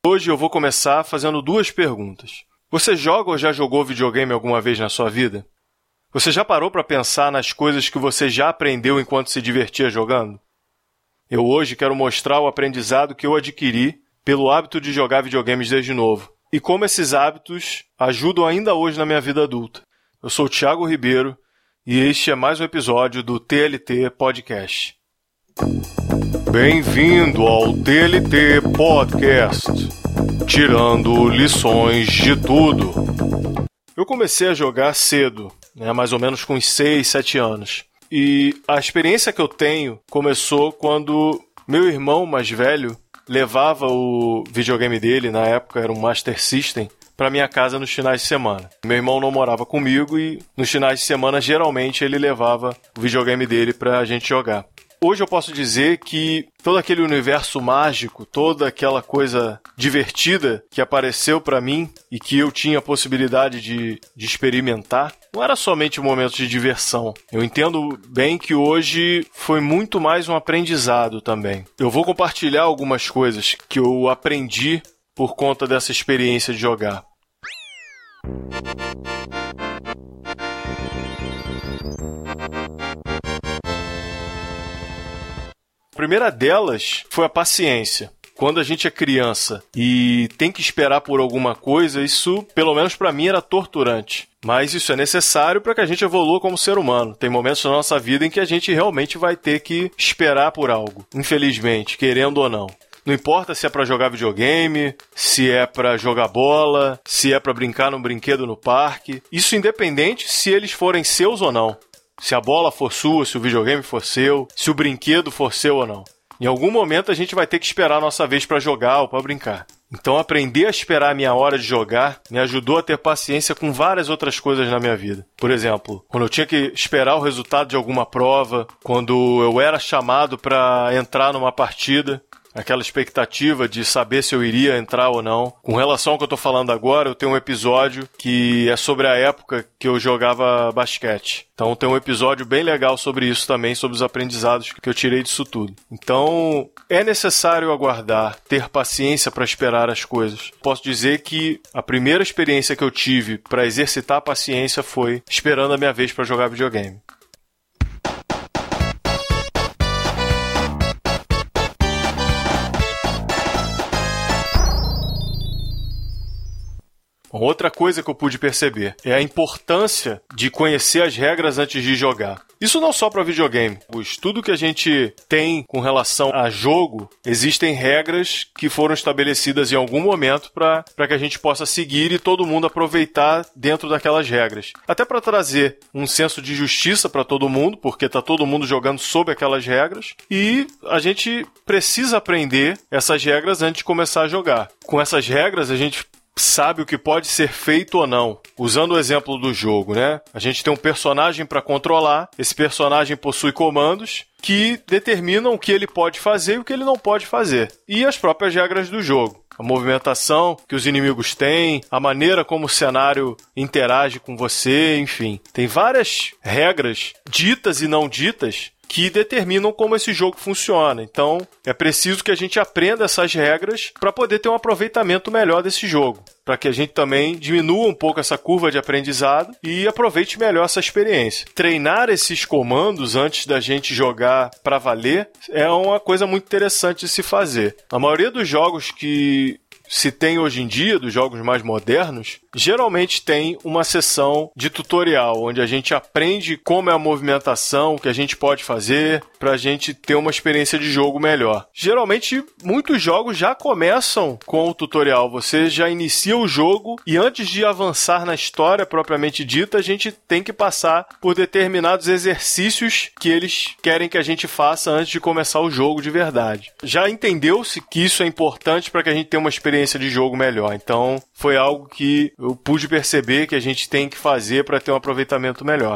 Hoje eu vou começar fazendo 2 perguntas. Você joga ou já jogou videogame alguma vez na sua vida? Você já parou para pensar nas coisas que você já aprendeu enquanto se divertia jogando? Eu hoje quero mostrar o aprendizado que eu adquiri pelo hábito de jogar videogames desde novo e como esses hábitos ajudam ainda hoje na minha vida adulta. Eu sou o Thiago Ribeiro e este é mais um episódio do TLT Podcast. Bem-vindo ao TLT Podcast, tirando lições de tudo. Eu comecei a jogar cedo, mais ou menos com uns 6, 7 anos. E a experiência que eu tenho começou quando meu irmão mais velho levava o videogame dele, na época era um Master System, para minha casa nos finais de semana. Meu irmão não morava comigo e nos finais de semana geralmente ele levava o videogame dele para a gente jogar. Hoje eu posso dizer que todo aquele universo mágico, toda aquela coisa divertida que apareceu para mim e que eu tinha a possibilidade de experimentar, não era somente um momento de diversão. Eu entendo bem que hoje foi muito mais um aprendizado também. Eu vou compartilhar algumas coisas que eu aprendi por conta dessa experiência de jogar. A primeira delas foi a paciência. Quando a gente é criança e tem que esperar por alguma coisa, isso, pelo menos para mim, era torturante. Mas isso é necessário para que a gente evolua como ser humano. Tem momentos na nossa vida em que a gente realmente vai ter que esperar por algo, infelizmente, querendo ou não. Não importa se é para jogar videogame, se é para jogar bola, se é para brincar num brinquedo no parque. Isso independente se eles forem seus ou não. Se a bola for sua, se o videogame for seu, se o brinquedo for seu ou não. Em algum momento a gente vai ter que esperar a nossa vez para jogar ou para brincar. Então aprender a esperar a minha hora de jogar me ajudou a ter paciência com várias outras coisas na minha vida. Por exemplo, quando eu tinha que esperar o resultado de alguma prova, quando eu era chamado para entrar numa partida, aquela expectativa de saber se eu iria entrar ou não. Com relação ao que eu estou falando agora, eu tenho um episódio que é sobre a época que eu jogava basquete. Então tem um episódio bem legal sobre isso também, sobre os aprendizados que eu tirei disso tudo. Então é necessário aguardar, ter paciência para esperar as coisas. Posso dizer que a primeira experiência que eu tive para exercitar a paciência foi esperando a minha vez para jogar videogame. Outra coisa que eu pude perceber é a importância de conhecer as regras antes de jogar. Isso não só para videogame. Tudo que a gente tem com relação a jogo, existem regras que foram estabelecidas em algum momento para que a gente possa seguir e todo mundo aproveitar dentro daquelas regras. Até para trazer um senso de justiça para todo mundo, porque está todo mundo jogando sob aquelas regras. E a gente precisa aprender essas regras antes de começar a jogar. Com essas regras, a gente sabe o que pode ser feito ou não. Usando o exemplo do jogo, A gente tem um personagem para controlar, esse personagem possui comandos que determinam o que ele pode fazer e o que ele não pode fazer. E as próprias regras do jogo. A movimentação que os inimigos têm, a maneira como o cenário interage com você, enfim. Tem várias regras ditas e não ditas que determinam como esse jogo funciona. Então, é preciso que a gente aprenda essas regras para poder ter um aproveitamento melhor desse jogo, para que a gente também diminua um pouco essa curva de aprendizado e aproveite melhor essa experiência. Treinar esses comandos antes da gente jogar para valer é uma coisa muito interessante de se fazer. A maioria dos jogos que se tem hoje em dia, dos jogos mais modernos, geralmente tem uma sessão de tutorial, onde a gente aprende como é a movimentação, o que a gente pode fazer, para a gente ter uma experiência de jogo melhor. Geralmente, muitos jogos já começam com o tutorial. Você já inicia o jogo e antes de avançar na história propriamente dita, a gente tem que passar por determinados exercícios que eles querem que a gente faça antes de começar o jogo de verdade. Já entendeu-se que isso é importante para que a gente tenha uma experiência de jogo melhor. Então, foi algo que eu pude perceber que a gente tem que fazer para ter um aproveitamento melhor.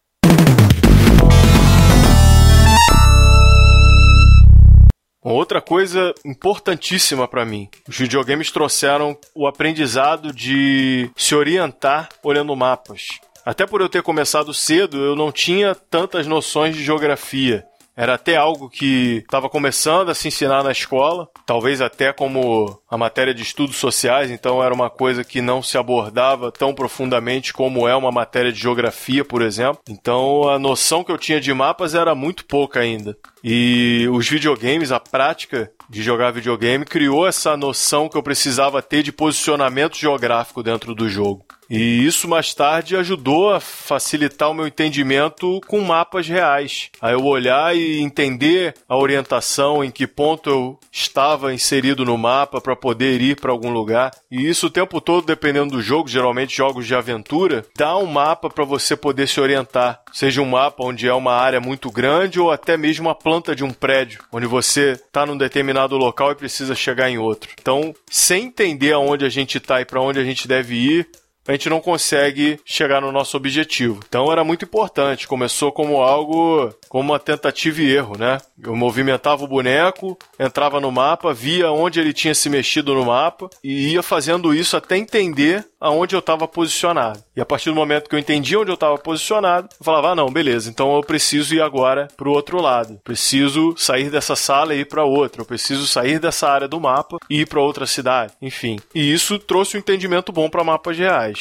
Outra coisa importantíssima para mim, os videogames trouxeram o aprendizado de se orientar olhando mapas. Até por eu ter começado cedo, eu não tinha tantas noções de geografia. Era até algo que estava começando a se ensinar na escola, talvez até como a matéria de estudos sociais, então era uma coisa que não se abordava tão profundamente como é uma matéria de geografia, por exemplo. Então a noção que eu tinha de mapas era muito pouca ainda. E os videogames, a prática de jogar videogame, criou essa noção que eu precisava ter de posicionamento geográfico dentro do jogo. E isso mais tarde ajudou a facilitar o meu entendimento com mapas reais. A eu olhar e entender a orientação, em que ponto eu estava inserido no mapa para poder ir para algum lugar. E isso o tempo todo, dependendo do jogo, geralmente jogos de aventura, dá um mapa para você poder se orientar. Seja um mapa onde é uma área muito grande ou até mesmo a planta de um prédio, onde você está num determinado local e precisa chegar em outro. Então, sem entender aonde a gente está e para onde a gente deve ir, a gente não consegue chegar no nosso objetivo. Então era muito importante. Começou como algo, como uma tentativa e erro, né? Eu movimentava o boneco, entrava no mapa, via onde ele tinha se mexido no mapa e ia fazendo isso até entender aonde eu estava posicionado. E a partir do momento que eu entendi onde eu estava posicionado, eu falava, não, beleza, então eu preciso ir agora para o outro lado. Preciso sair dessa sala e ir para outra. Eu preciso sair dessa área do mapa e ir para outra cidade. Enfim. E isso trouxe um entendimento bom para mapas reais.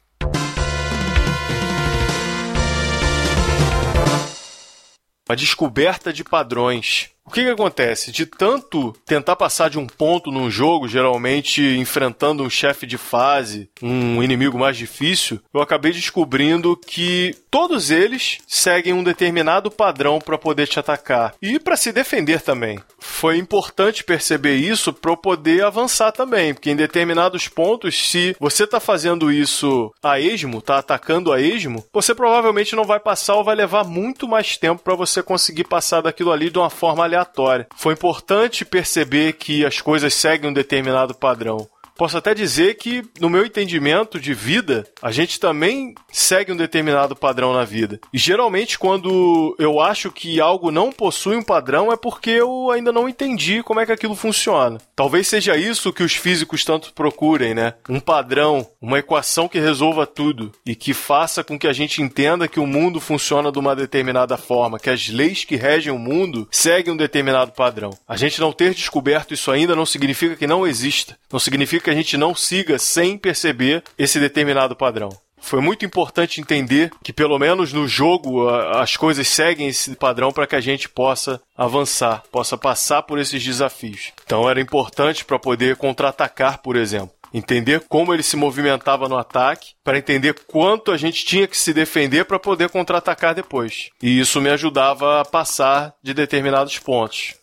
A descoberta de padrões. O que acontece? De tanto tentar passar de um ponto num jogo, geralmente enfrentando um chefe de fase, um inimigo mais difícil, eu acabei descobrindo que todos eles seguem um determinado padrão para poder te atacar. E para se defender também. Foi importante perceber isso para eu poder avançar também, porque em determinados pontos, se você está fazendo isso a esmo, está atacando a esmo, você provavelmente não vai passar ou vai levar muito mais tempo para você conseguir passar daquilo ali de uma forma aleatória. Foi importante perceber que as coisas seguem um determinado padrão. Posso até dizer que, no meu entendimento de vida, a gente também segue um determinado padrão na vida. E geralmente, quando eu acho que algo não possui um padrão, é porque eu ainda não entendi como é que aquilo funciona. Talvez seja isso que os físicos tanto procurem, né? Um padrão, uma equação que resolva tudo e que faça com que a gente entenda que o mundo funciona de uma determinada forma, que as leis que regem o mundo seguem um determinado padrão. A gente não ter descoberto isso ainda não significa que não exista. Não significa que a gente não siga sem perceber esse determinado padrão. Foi muito importante entender que, pelo menos no jogo, as coisas seguem esse padrão para que a gente possa avançar, possa passar por esses desafios. Então era importante para poder contra-atacar, por exemplo. Entender como ele se movimentava no ataque, para entender quanto a gente tinha que se defender para poder contra-atacar depois. E isso me ajudava a passar de determinados pontos.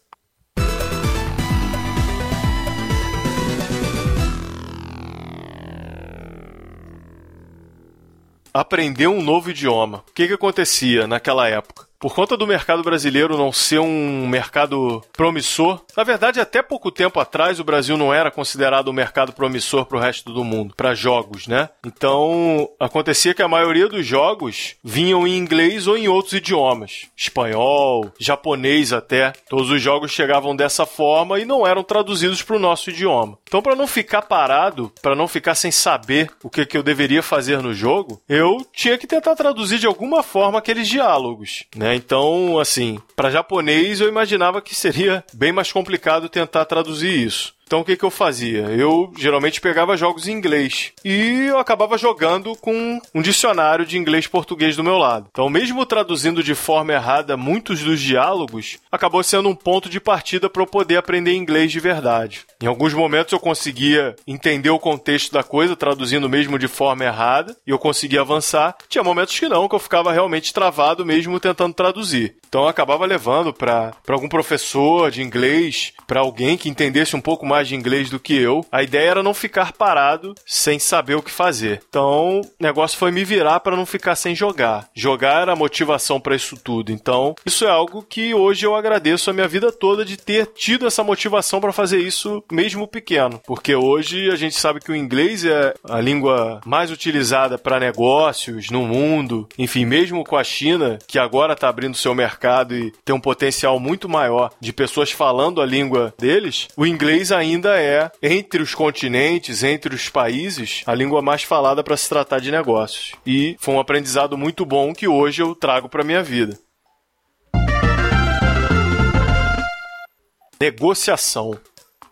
Aprender um novo idioma. O que acontecia naquela época? Por conta do mercado brasileiro não ser um mercado promissor, na verdade, até pouco tempo atrás, o Brasil não era considerado um mercado promissor para o resto do mundo, para jogos, né? Então, acontecia que a maioria dos jogos vinham em inglês ou em outros idiomas. Espanhol, japonês até. Todos os jogos chegavam dessa forma e não eram traduzidos para o nosso idioma. Então, para não ficar parado, para não ficar sem saber o que eu deveria fazer no jogo, eu tinha que tentar traduzir de alguma forma aqueles diálogos, né? Então, assim, para japonês eu imaginava que seria bem mais complicado tentar traduzir isso. Então o que eu fazia? Eu geralmente pegava jogos em inglês e eu acabava jogando com um dicionário de inglês-português do meu lado. Então mesmo traduzindo de forma errada muitos dos diálogos, acabou sendo um ponto de partida para eu poder aprender inglês de verdade. Em alguns momentos eu conseguia entender o contexto da coisa, traduzindo mesmo de forma errada, e eu conseguia avançar. Tinha momentos que não, que eu ficava realmente travado mesmo tentando traduzir. Então eu acabava levando para algum professor de inglês, para alguém que entendesse um pouco mais de inglês do que eu. A ideia era não ficar parado sem saber o que fazer. Então, o negócio foi me virar para não ficar sem jogar. Jogar era a motivação para isso tudo. Então, isso é algo que hoje eu agradeço a minha vida toda de ter tido essa motivação para fazer isso mesmo pequeno. Porque hoje a gente sabe que o inglês é a língua mais utilizada para negócios no mundo. Enfim, mesmo com a China, que agora está abrindo seu mercado e tem um potencial muito maior de pessoas falando a língua deles, o inglês ainda é, entre os continentes, entre os países, a língua mais falada para se tratar de negócios. E foi um aprendizado muito bom que hoje eu trago para a minha vida. Negociação.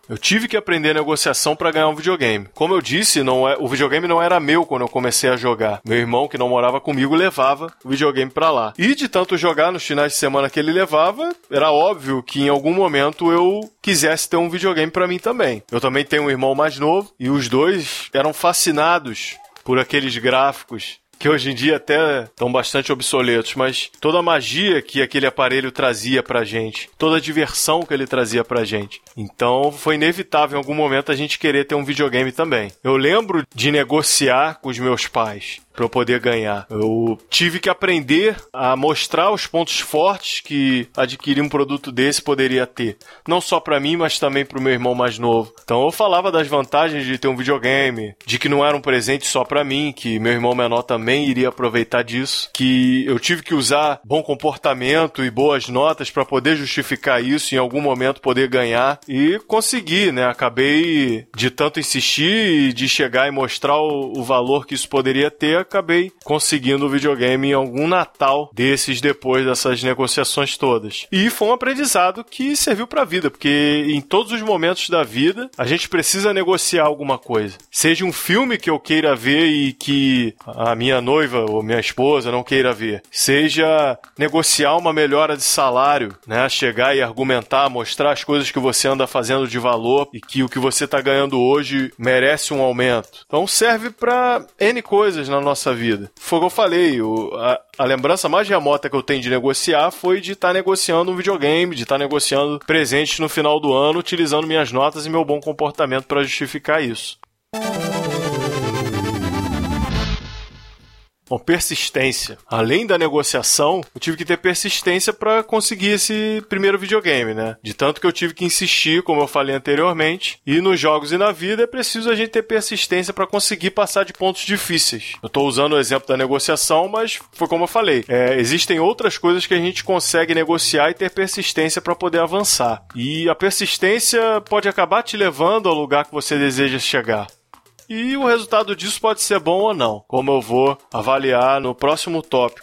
Eu tive que aprender negociação para ganhar um videogame. Como eu disse, o videogame não era meu quando eu comecei a jogar. Meu irmão, que não morava comigo, levava o videogame para lá. E de tanto jogar nos finais de semana que ele levava, era óbvio que em algum momento eu quisesse ter um videogame para mim também. Eu também tenho um irmão mais novo e os dois eram fascinados por aqueles gráficos que hoje em dia até estão bastante obsoletos, mas toda a magia que aquele aparelho trazia pra gente, toda a diversão que ele trazia pra gente. Então foi inevitável em algum momento a gente querer ter um videogame também. Eu lembro de negociar com os meus pais para eu poder ganhar. Eu tive que aprender a mostrar os pontos fortes que adquirir um produto desse poderia ter. Não só para mim, mas também para o meu irmão mais novo. Então eu falava das vantagens de ter um videogame, de que não era um presente só para mim, que meu irmão menor também iria aproveitar disso, que eu tive que usar bom comportamento e boas notas para poder justificar isso, em algum momento poder ganhar. E consegui, né? Acabei de tanto insistir e de chegar e mostrar o valor que isso poderia ter, acabei conseguindo o videogame em algum Natal desses depois dessas negociações todas. E foi um aprendizado que serviu pra vida, porque em todos os momentos da vida a gente precisa negociar alguma coisa. Seja um filme que eu queira ver e que a minha noiva ou minha esposa não queira ver. Seja negociar uma melhora de salário, né? Chegar e argumentar, mostrar as coisas que você anda fazendo de valor e que o que você está ganhando hoje merece um aumento. Então serve para N coisas na nossa vida. Foi o que eu falei, a lembrança mais remota que eu tenho de negociar foi de estar negociando um videogame, de estar negociando presentes no final do ano, utilizando minhas notas e meu bom comportamento para justificar isso. Bom, persistência. Além da negociação, eu tive que ter persistência para conseguir esse primeiro videogame, né? De tanto que eu tive que insistir, como eu falei anteriormente, e nos jogos e na vida é preciso a gente ter persistência para conseguir passar de pontos difíceis. Eu estou usando o exemplo da negociação, mas foi como eu falei. Existem outras coisas que a gente consegue negociar e ter persistência para poder avançar. E a persistência pode acabar te levando ao lugar que você deseja chegar. E o resultado disso pode ser bom ou não, como eu vou avaliar no próximo tópico.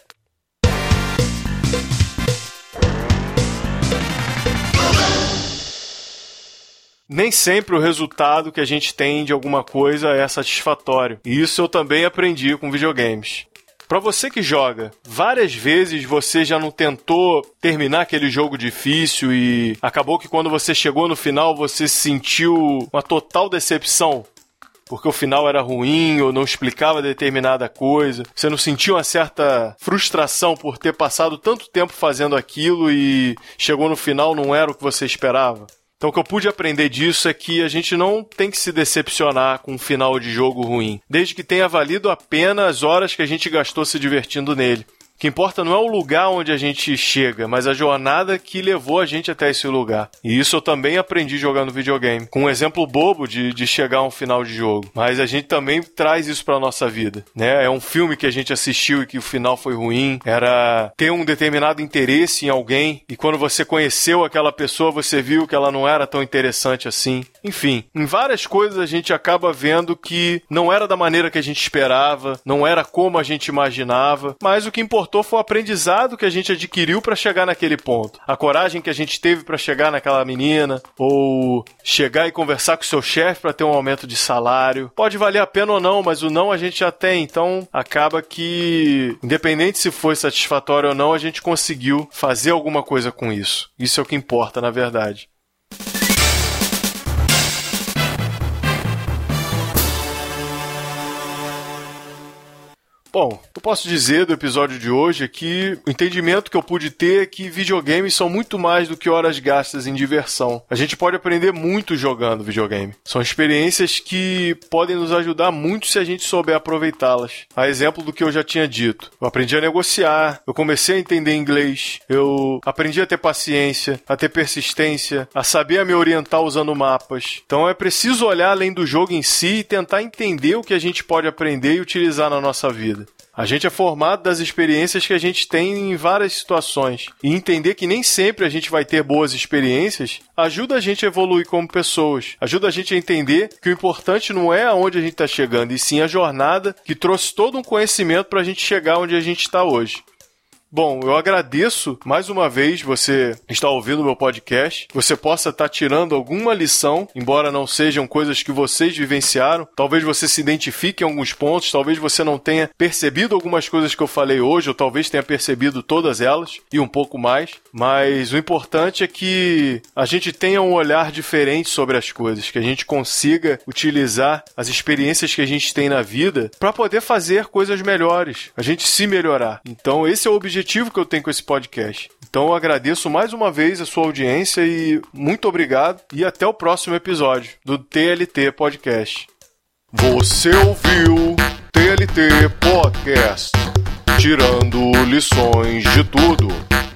Nem sempre o resultado que a gente tem de alguma coisa é satisfatório. E isso eu também aprendi com videogames. Para você que joga, várias vezes você já não tentou terminar aquele jogo difícil e acabou que quando você chegou no final você sentiu uma total decepção? Porque o final era ruim ou não explicava determinada coisa. Você não sentiu uma certa frustração por ter passado tanto tempo fazendo aquilo e chegou no final não era o que você esperava? Então o que eu pude aprender disso é que a gente não tem que se decepcionar com um final de jogo ruim, desde que tenha valido a pena as horas que a gente gastou se divertindo nele. O que importa não é o lugar onde a gente chega, mas a jornada que levou a gente até esse lugar. E isso eu também aprendi jogando videogame. Com um exemplo bobo de chegar a um final de jogo. Mas a gente também traz isso pra nossa vida, né? É um filme que a gente assistiu e que o final foi ruim. Era ter um determinado interesse em alguém e quando você conheceu aquela pessoa, você viu que ela não era tão interessante assim. Enfim, em várias coisas a gente acaba vendo que não era da maneira que a gente esperava, não era como a gente imaginava, mas o que importou foi o aprendizado que a gente adquiriu para chegar naquele ponto. A coragem que a gente teve para chegar naquela menina, ou chegar e conversar com o seu chefe para ter um aumento de salário. Pode valer a pena ou não, mas o não a gente já tem, então acaba que, independente se foi satisfatório ou não, a gente conseguiu fazer alguma coisa com isso. Isso é o que importa, na verdade. Bom, eu posso dizer do episódio de hoje é que o entendimento que eu pude ter é que videogames são muito mais do que horas gastas em diversão. A gente pode aprender muito jogando videogame. São experiências que podem nos ajudar muito se a gente souber aproveitá-las. A exemplo do que eu já tinha dito. Eu aprendi a negociar, eu comecei a entender inglês, eu aprendi a ter paciência, a ter persistência, a saber me orientar usando mapas. Então é preciso olhar além do jogo em si e tentar entender o que a gente pode aprender e utilizar na nossa vida. A gente é formado das experiências que a gente tem em várias situações. E entender que nem sempre a gente vai ter boas experiências ajuda a gente a evoluir como pessoas. Ajuda a gente a entender que o importante não é aonde a gente está chegando, e sim a jornada que trouxe todo um conhecimento para a gente chegar onde a gente está hoje. Bom, eu agradeço mais uma vez você estar ouvindo o meu podcast. Você possa estar tirando alguma lição, embora não sejam coisas que vocês vivenciaram. Talvez você se identifique em alguns pontos, talvez você não tenha percebido algumas coisas que eu falei hoje, ou talvez tenha percebido todas elas e um pouco mais. Mas o importante é que a gente tenha um olhar diferente sobre as coisas, que a gente consiga utilizar as experiências que a gente tem na vida para poder fazer coisas melhores, a gente se melhorar. Então esse é o objetivo que eu tenho com esse podcast. Então eu agradeço mais uma vez a sua audiência e muito obrigado e até o próximo episódio do TLT Podcast. Você ouviu TLT Podcast, tirando lições de tudo.